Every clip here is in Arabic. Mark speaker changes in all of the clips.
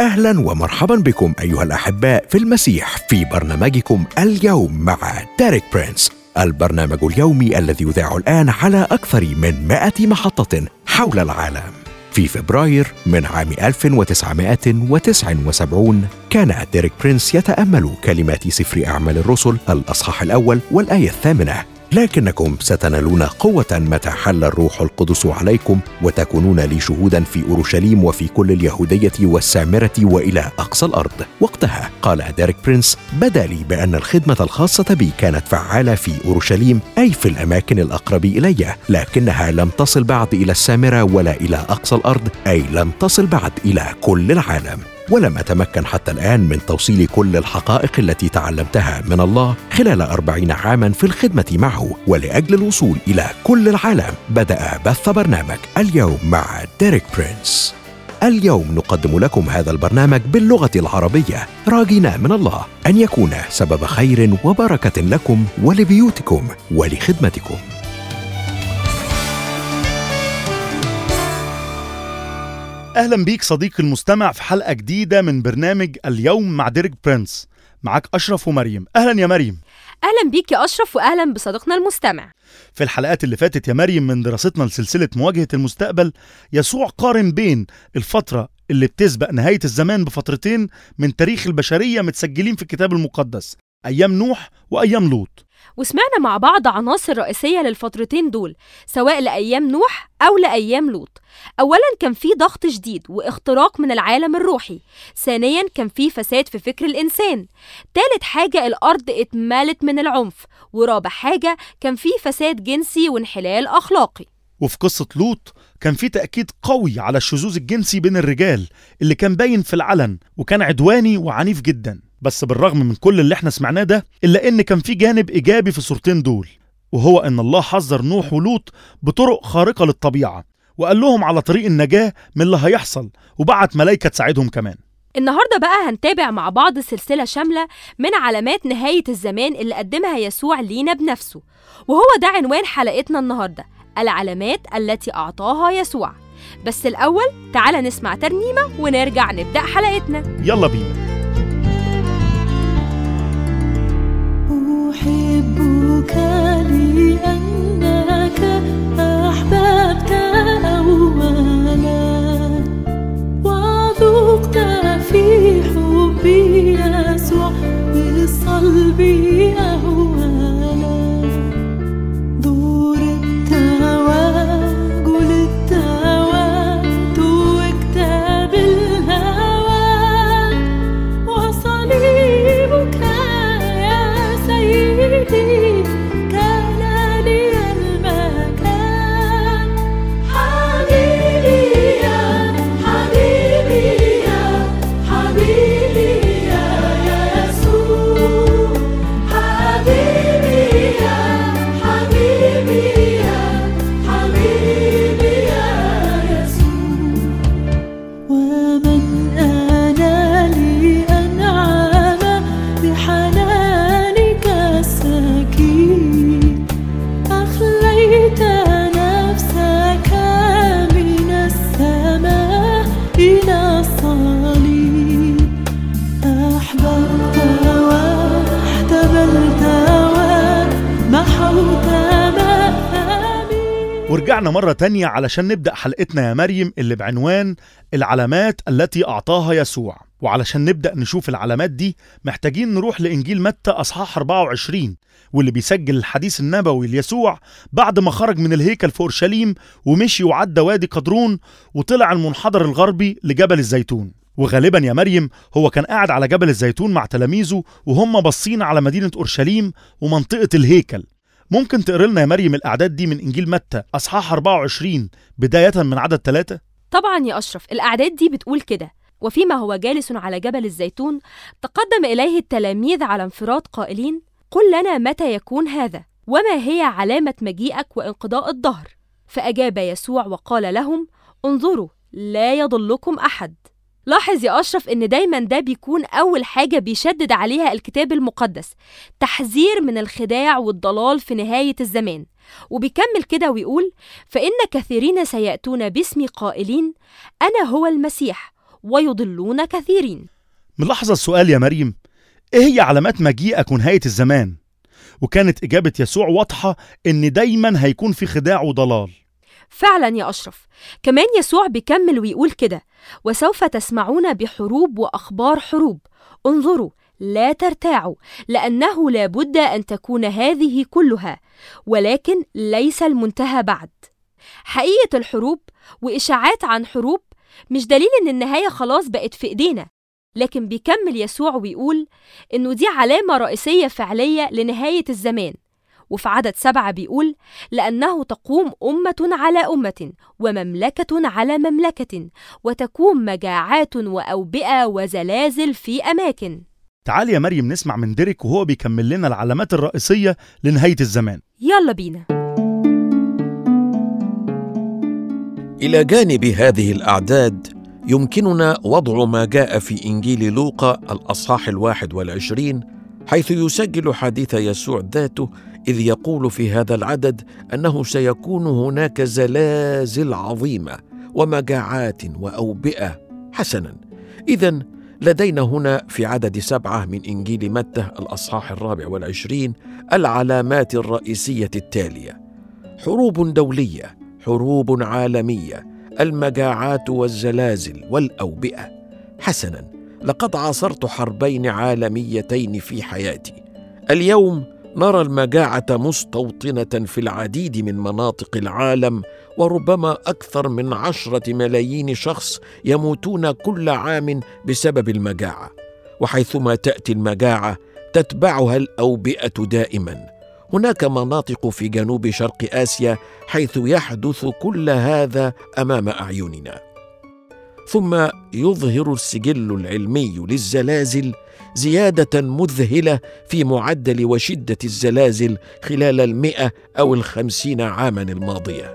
Speaker 1: أهلا ومرحبا بكم أيها الأحباء في المسيح في برنامجكم اليوم مع ديريك برينس، البرنامج اليومي الذي يذاع الآن على أكثر من 100 محطة حول العالم. في فبراير من عام 1979 كان ديريك برينس يتأمل كلمات سفر أعمال الرسل الأصحاح الأول والآية 8: لكنكم ستنالون قوة متى حل الروح القدس عليكم وتكونون لي شهودا في أورشليم وفي كل اليهودية والسامرة وإلى أقصى الأرض. وقتها قال ديريك برينس: بدا لي بأن الخدمة الخاصة بي كانت فعالة في أورشليم، أي في الأماكن الأقرب إلي، لكنها لم تصل بعد إلى السامرة ولا إلى أقصى الأرض، أي لم تصل بعد إلى كل العالم. ولم أتمكن حتى الآن من توصيل كل الحقائق التي تعلمتها من الله خلال 40 عاما في الخدمة معه، ولأجل الوصول إلى كل العالم بدأ بث برنامج اليوم مع ديريك برينس. اليوم نقدم لكم هذا البرنامج باللغة العربية، راجين من الله أن يكون سبب خير وبركة لكم ولبيوتكم ولخدمتكم.
Speaker 2: أهلا بيك صديقي المستمع في حلقة جديدة من برنامج اليوم مع ديريك برينس. معك أشرف ومريم. أهلا يا مريم.
Speaker 3: أهلا بيك يا أشرف، وأهلا بصديقنا المستمع.
Speaker 2: في الحلقات اللي فاتت يا مريم من دراستنا لسلسلة مواجهة المستقبل، يسوع قارن بين الفترة اللي بتسبق نهاية الزمان بفترتين من تاريخ البشرية متسجلين في الكتاب المقدس، أيام نوح وأيام لوط.
Speaker 3: وسمعنا مع بعض عناصر رئيسية للفترتين دول، سواء لأيام نوح أو لأيام لوط. أولاً كان في ضغط شديد واختراق من العالم الروحي. ثانياً كان في فساد في فكر الإنسان. ثالث حاجة الأرض اتمالت من العنف. ورابع حاجة كان في فساد جنسي وانحلال أخلاقي.
Speaker 2: وفي قصة لوط كان في تأكيد قوي على الشذوذ الجنسي بين الرجال اللي كان باين في العلن، وكان عدواني وعنيف جداً. بس بالرغم من كل اللي احنا سمعناه ده، إلا إن كان في جانب إيجابي في الصورتين دول، وهو إن الله حذر نوح ولوط بطرق خارقة للطبيعة، وقال لهم على طريق النجاة من اللي هيحصل، وبعت ملايكة تساعدهم كمان.
Speaker 3: النهاردة بقى هنتابع مع بعض سلسلة شاملة من علامات نهاية الزمان اللي قدمها يسوع لينا بنفسه، وهو ده عنوان حلقتنا النهاردة: العلامات التي أعطاها يسوع. بس الأول تعال نسمع ترنيمة ونرجع نبدأ حلقتنا.
Speaker 2: يلا بينا.
Speaker 4: أحبك لأنك أحببت أولا، وذقت في حبي يسوع بالصلب أولا. دور التواجل التوات واكتاب الهوى، وصليبك كان لي المكان. حبيبي يا حبيبي يا حبيبي يا يسوع، حبيبي يا حبيبي يا حبيبي يا يسوع. ومن أنا لي أنعم بحنانك السكين، أخليت نفسك من السماء إلى الصليب، أحببت واحتملت ومحوت مآمي.
Speaker 2: ورجعنا مرة تانية علشان نبدأ حلقتنا يا مريم اللي بعنوان العلامات التي أعطاها يسوع. وعلشان نبدأ نشوف العلامات دي محتاجين نروح لإنجيل متى أصحاح 24، واللي بيسجل الحديث النبوي ليسوع بعد ما خرج من الهيكل في أورشليم ومشي وعدى وادي قدرون وطلع المنحدر الغربي لجبل الزيتون. وغالبا يا مريم هو كان قاعد على جبل الزيتون مع تلاميذه وهم باصين على مدينة أورشليم ومنطقة الهيكل. ممكن تقرأ لنا يا مريم الأعداد دي من إنجيل متى أصحاح 24 بداية من عدد 3؟
Speaker 3: طبعا يا أشرف، الأعداد دي بتقول كده: وفيما هو جالس على جبل الزيتون تقدم إليه التلاميذ على انفراد قائلين: قل لنا متى يكون هذا، وما هي علامة مجيئك وانقضاء الدهر؟ فأجاب يسوع وقال لهم: انظروا لا يضلكم أحد. لاحظ يا أشرف إن دايما ده بيكون أول حاجة بيشدد عليها الكتاب المقدس، تحذير من الخداع والضلال في نهاية الزمان. وبيكمل كده ويقول: فإن كثيرين سيأتون باسمي قائلين أنا هو المسيح، ويضلون كثيرين.
Speaker 2: ملاحظة السؤال يا مريم، إيه هي علامات مجيئك ونهاية الزمان؟ وكانت إجابة يسوع واضحة إن دايما هيكون في خداع وضلال.
Speaker 3: فعلا يا أشرف، كمان يسوع بيكمل ويقول كده: وسوف تسمعون بحروب وأخبار حروب، انظروا لا ترتاعوا، لأنه لا بد أن تكون هذه كلها، ولكن ليس المنتهى بعد. حقيقة الحروب وإشاعات عن حروب مش دليل إن النهاية خلاص بقت في إيدينا، لكن بيكمل يسوع ويقول إنه دي علامة رئيسية فعلية لنهاية الزمان. وفي عدد 7 بيقول: لأنه تقوم أمة على أمة ومملكة على مملكة، وتكون مجاعات وأوبئة وزلازل في أماكن.
Speaker 2: تعالي يا مريم نسمع من ديريك وهو بيكمل لنا العلامات الرئيسية لنهاية الزمان.
Speaker 3: يلا بينا.
Speaker 5: إلى جانب هذه الأعداد يمكننا وضع ما جاء في إنجيل لوقا الأصحاح 21، حيث يسجل حديث يسوع ذاته إذ يقول في هذا العدد أنه سيكون هناك زلازل عظيمة ومجاعات وأوبئة. حسناً، إذن لدينا هنا في عدد 7 من إنجيل متى الأصحاح 24 العلامات الرئيسية التالية: حروب دولية، حروب عالمية، المجاعات والزلازل والأوبئة. حسناً، لقد عاصرت حربين عالميتين في حياتي. اليوم نرى المجاعة مستوطنة في العديد من مناطق العالم، وربما أكثر من 10 ملايين شخص يموتون كل عام بسبب المجاعة. وحيثما تأتي المجاعة تتبعها الأوبئة دائما. هناك مناطق في جنوب شرق آسيا حيث يحدث كل هذا أمام أعيننا. ثم يظهر السجل العلمي للزلازل زيادة مذهلة في معدل وشدة الزلازل خلال 100 أو 50 عاما الماضية.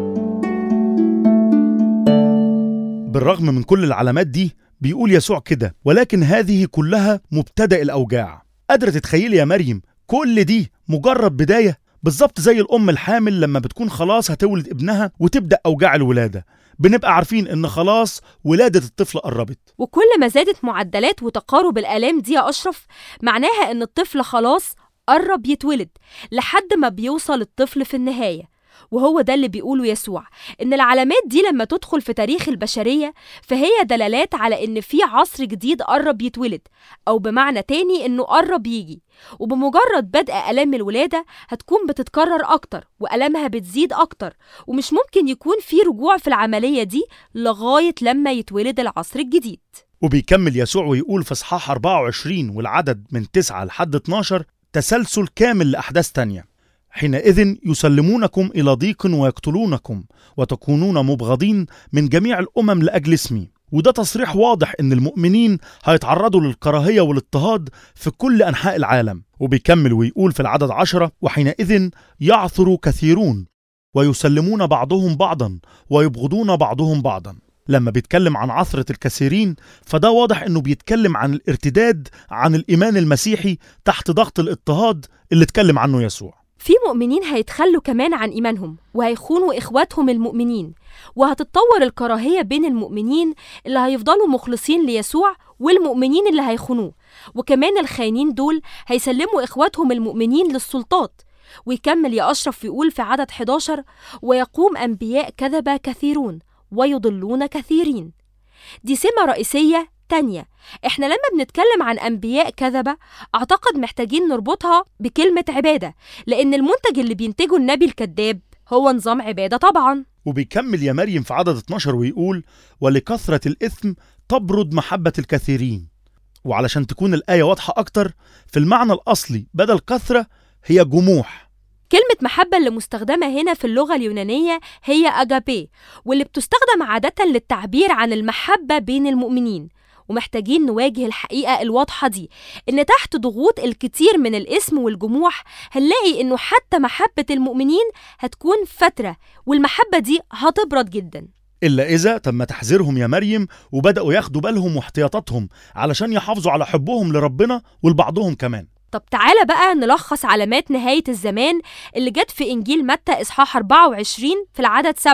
Speaker 2: بالرغم من كل العلامات دي بيقول يسوع كده: ولكن هذه كلها مبتدأ الأوجاع. قادرة تتخيلي يا مريم كل دي مجرد بداية؟ بالظبط زي الأم الحامل لما بتكون خلاص هتولد ابنها وتبدأ أوجاع الولادة، بنبقى عارفين إن خلاص ولادة الطفل قربت.
Speaker 3: وكل ما زادت معدلات وتقارب الآلام دي يا أشرف، معناها إن الطفل خلاص قرب يتولد، لحد ما بيوصل الطفل في النهاية. وهو ده اللي بيقوله يسوع، إن العلامات دي لما تدخل في تاريخ البشرية فهي دلالات على إن في عصر جديد قرب يتولد، أو بمعنى تاني إنه قرب يجي. وبمجرد بدء آلام الولادة هتكون بتتكرر أكتر وآلامها بتزيد أكتر، ومش ممكن يكون في رجوع في العملية دي لغاية لما يتولد العصر الجديد.
Speaker 2: وبيكمل يسوع ويقول في إصحاح 24 والعدد من 9 لحد 12 تسلسل كامل لأحداث تانية: حينئذ يسلمونكم إلى ضيق ويقتلونكم وتكونون مبغضين من جميع الأمم لأجل اسمي. وده تصريح واضح إن المؤمنين هيتعرضوا للكراهية والاضطهاد في كل أنحاء العالم. وبيكمل ويقول في العدد 10: وحينئذ يعثر كثيرون ويسلمون بعضهم بعضا ويبغضون بعضهم بعضا. لما بيتكلم عن عثرة الكثيرين فده واضح إنه بيتكلم عن الارتداد عن الإيمان المسيحي تحت ضغط الاضطهاد اللي اتكلم عنه يسوع.
Speaker 3: في مؤمنين هيتخلوا كمان عن إيمانهم وهيخونوا إخواتهم المؤمنين، وهتتطور الكراهية بين المؤمنين اللي هيفضلوا مخلصين ليسوع والمؤمنين اللي هيخونوه. وكمان الخاينين دول هيسلموا إخواتهم المؤمنين للسلطات. ويكمل يا أشرف يقول في عدد 11: ويقوم أنبياء كذبة كثيرون ويضلون كثيرين. دي سمة رئيسية تانية. احنا لما بنتكلم عن أنبياء كذبة أعتقد محتاجين نربطها بكلمة عبادة، لأن المنتج اللي بينتجه النبي الكذاب هو نظام عبادة طبعا.
Speaker 2: وبيكمل يا مريم في عدد 12 ويقول: ولكثرة الإثم تبرد محبة الكثيرين. وعلشان تكون الآية واضحة أكتر، في المعنى الأصلي بدل كثرة هي جموح.
Speaker 3: كلمة محبة اللي مستخدمة هنا في اللغة اليونانية هي أجابي، واللي بتستخدم عادة للتعبير عن المحبة بين المؤمنين. ومحتاجين نواجه الحقيقة الواضحة دي، إن تحت ضغوط الكتير من الاسم والجموح هنلاقي إنه حتى محبة المؤمنين هتكون فترة، والمحبة دي هتبرد جدا.
Speaker 2: إلا إذا تم تحذيرهم يا مريم وبدأوا ياخدوا بالهم واحتياطاتهم علشان يحافظوا على حبهم لربنا ولبعضهم كمان.
Speaker 3: طب تعالى بقى نلخص علامات نهاية الزمان اللي جت في إنجيل متى إصحاح 24 في العدد 7.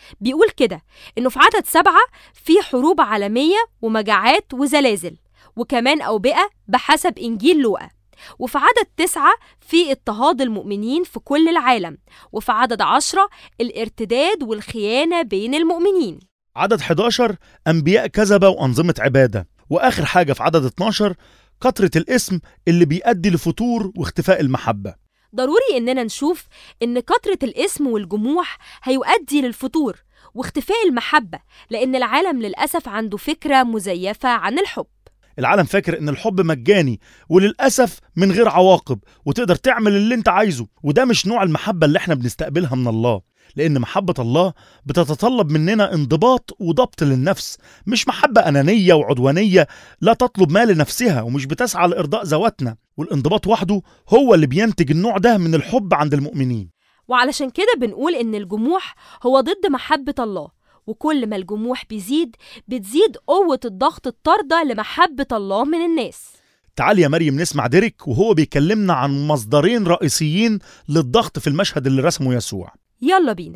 Speaker 3: بيقول كده إنه في عدد 7 في حروب عالمية ومجاعات وزلازل وكمان أوبئة بحسب إنجيل لوقا. وفي عدد 9 في اضطهاد المؤمنين في كل العالم. وفي عدد 10 الارتداد والخيانة بين المؤمنين.
Speaker 2: عدد 11 أنبياء كذبة وأنظمة عبادة. وآخر حاجة في عدد 12 كثرة الاسم اللي بيؤدي لفتور واختفاء المحبة.
Speaker 3: ضروري إننا نشوف إن كثرة الاسم والجموح هيؤدي للفتور واختفاء المحبة، لأن العالم للأسف عنده فكرة مزيفة عن الحب.
Speaker 2: العالم فاكر إن الحب مجاني وللأسف من غير عواقب، وتقدر تعمل اللي انت عايزه، وده مش نوع المحبة اللي احنا بنستقبلها من الله، لأن محبة الله بتتطلب مننا انضباط وضبط للنفس، مش محبة أنانية وعدوانية لا تطلب ما لنفسها ومش بتسعى لإرضاء ذواتنا. والانضباط وحده هو اللي بينتج النوع ده من الحب عند المؤمنين.
Speaker 3: وعلشان كده بنقول إن الجموح هو ضد محبة الله، وكل ما الجموح بتزيد قوة الضغط الطاردة لمحبة الله من الناس.
Speaker 2: تعال يا مريم نسمع ديريك وهو بيكلمنا عن مصدرين رئيسيين للضغط في المشهد اللي رسمه يسوع.
Speaker 3: يلا بينا.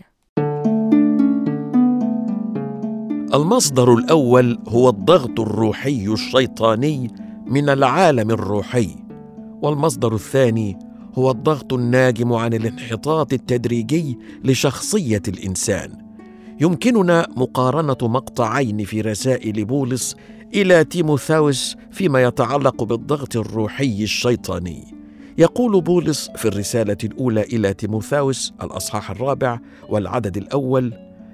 Speaker 5: المصدر الأول هو الضغط الروحي الشيطاني من العالم الروحي، والمصدر الثاني هو الضغط الناجم عن الانحطاط التدريجي لشخصية الإنسان. يمكننا مقارنة مقطعين في رسائل بولس إلى تيموثاوس فيما يتعلق بالضغط الروحي الشيطاني. يقول بولس في الرسالة الأولى إلى تيموثاوس الأصحاح 4 والعدد الأول: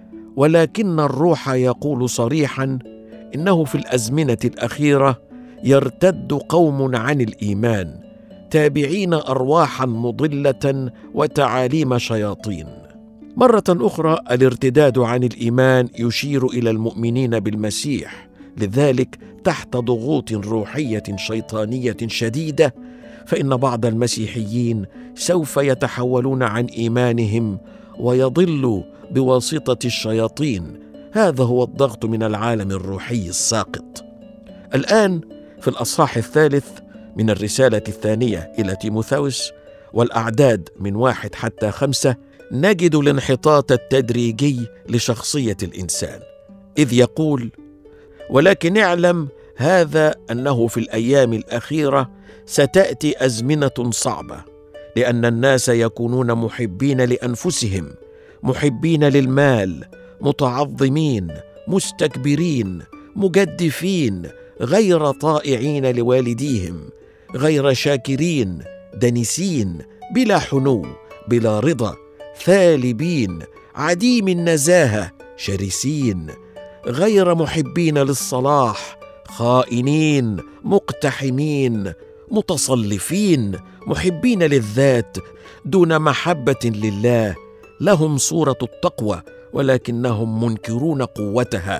Speaker 5: ولكن الروح يقول صريحا إنه في الأزمنة الأخيرة يرتد قوم عن الإيمان تابعين أرواحا مضلة وتعاليم شياطين. مرة أخرى الارتداد عن الإيمان يشير إلى المؤمنين بالمسيح، لذلك تحت ضغوط روحية شيطانية شديدة فإن بعض المسيحيين سوف يتحولون عن إيمانهم ويضلوا بواسطة الشياطين. هذا هو الضغط من العالم الروحي الساقط. الآن في الأصحاح 3 من الرسالة الثانية إلى تيموثاوس والأعداد من 1 حتى 5 نجد الانحطاط التدريجي لشخصية الإنسان، إذ يقول: ولكن اعلم هذا أنه في الأيام الأخيرة ستأتي أزمنة صعبة، لأن الناس يكونون محبين لأنفسهم، محبين للمال، متعظمين، مستكبرين، مجدفين، غير طائعين لوالديهم، غير شاكرين، دنسين، بلا حنو، بلا رضا، ثالبين، عديم النزاهة، شرسين، غير محبين للصلاح، خائنين، مقتحمين، متصلفين، محبين للذات دون محبة لله، لهم صورة التقوى ولكنهم منكرون قوتها،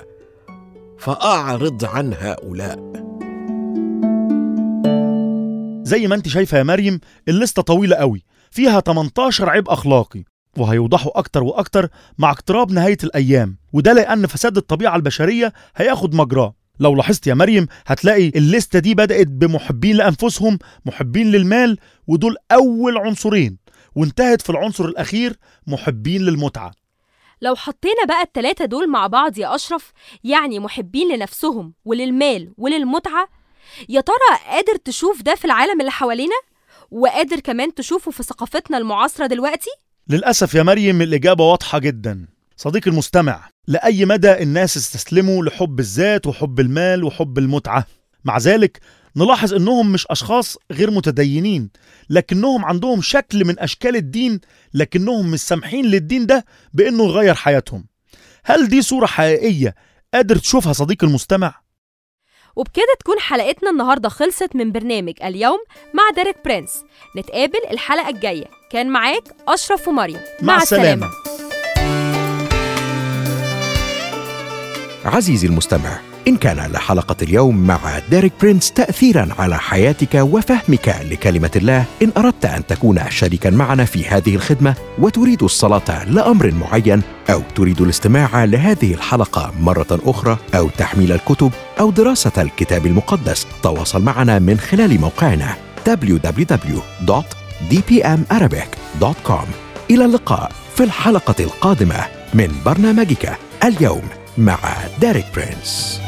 Speaker 5: فأعرض عن هؤلاء.
Speaker 2: زي ما انت شايفة يا مريم الليستة طويلة قوي، فيها 18 عيب أخلاقي، وهيوضحوا أكتر وأكتر مع اقتراب نهاية الأيام، وده لأن فساد الطبيعة البشرية هياخد مجراه. لو لاحظت يا مريم هتلاقي الليستة دي بدأت بمحبين لأنفسهم، محبين للمال، ودول أول عنصرين، وانتهت في العنصر الأخير محبين للمتعة.
Speaker 3: لو حطينا بقى ال3 دول مع بعض يا أشرف، يعني محبين لنفسهم وللمال وللمتعة، يا ترى قادر تشوف ده في العالم اللي حوالينا؟ وقادر كمان تشوفه في ثقافتنا المعاصرة دلوقتي؟
Speaker 2: للأسف يا مريم الإجابة واضحة جدا. صديق المستمع، لأي مدى الناس استسلموا لحب الذات وحب المال وحب المتعة. مع ذلك نلاحظ أنهم مش أشخاص غير متدينين، لكنهم عندهم شكل من أشكال الدين، لكنهم مش سامحين للدين ده بأنه يغير حياتهم. هل دي صورة حقيقية قادر تشوفها صديق المستمع؟
Speaker 3: وبكده تكون حلقتنا النهاردة خلصت من برنامج اليوم مع ديريك برينس. نتقابل الحلقة الجاية. كان معاك أشرف ومريم.
Speaker 2: مع السلامة.
Speaker 1: عزيزي المستمع، إن كان لحلقة اليوم مع ديريك برينس تأثيراً على حياتك وفهمك لكلمة الله، إن أردت أن تكون شريكاً معنا في هذه الخدمة وتريد الصلاة لأمر معين، أو تريد الاستماع لهذه الحلقة مرة أخرى، أو تحميل الكتب أو دراسة الكتاب المقدس، تواصل معنا من خلال موقعنا www.dpmarabic.com. إلى اللقاء في الحلقة القادمة. من برنامجك اليوم مع ديريك برينس.